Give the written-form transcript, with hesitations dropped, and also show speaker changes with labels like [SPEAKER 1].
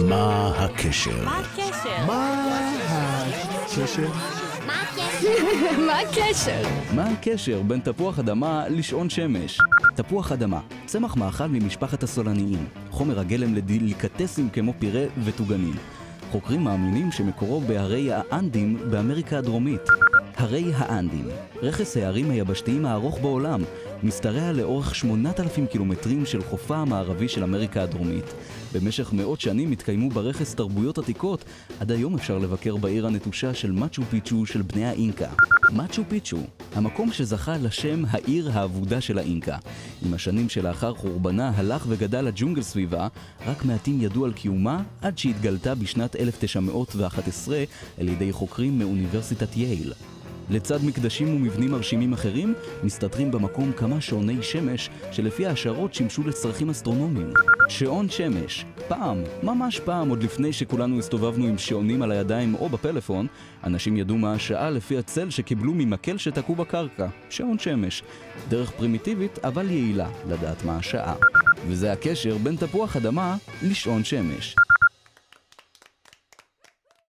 [SPEAKER 1] מה הקשר?
[SPEAKER 2] מה הקשר?
[SPEAKER 1] מה הקשר?
[SPEAKER 2] מה הקשר?
[SPEAKER 3] מה הקשר בין תפוח אדמה לשעון שמש? תפוח אדמה, צמח מאכל ממשפחת הסולניים, חומר הגלם לדליקטסים כמו פירה וטוגנים. חוקרים מאמינים שמקורו בהרי האנדים באמריקה הדרומית. הרי האנדים, רכס הערים היבשתיים הארוך בעולם, משתרע לאורך 8,000 קילומטרים של חופה המערבי של אמריקה הדרומית. במשך מאות שנים התקיימו ברכס תרבויות עתיקות, עד היום אפשר לבקר בעיר הנטושה של מצ'ו פיצ'ו של בני האינקה. מצ'ו פיצ'ו, המקום שזכה לשם העיר האבודה של האינקה. עם השנים שלאחר חורבנה הלך וגדל הג'ונגל סביבה, רק מעטים ידעו על קיומה עד שהתגלתה בשנת 1911 על ידי חוקרים מאוניברסיטת יייל. לצד מקדשים ומבנים מרשימים אחרים, מסתתרים במקום כמה שעוני שמש שלפי ההשערות שימשו לצרכים אסטרונומיים. שעון שמש. פעם, ממש פעם, עוד לפני שכולנו הסתובבנו עם שעונים על הידיים או בפלאפון, אנשים ידעו מה השעה לפי הצל שקיבלו ממקל שתקעו בקרקע. שעון שמש. דרך פרימיטיבית אבל יעילה לדעת מה השעה. וזה הקשר בין תפוח אדמה לשעון שמש.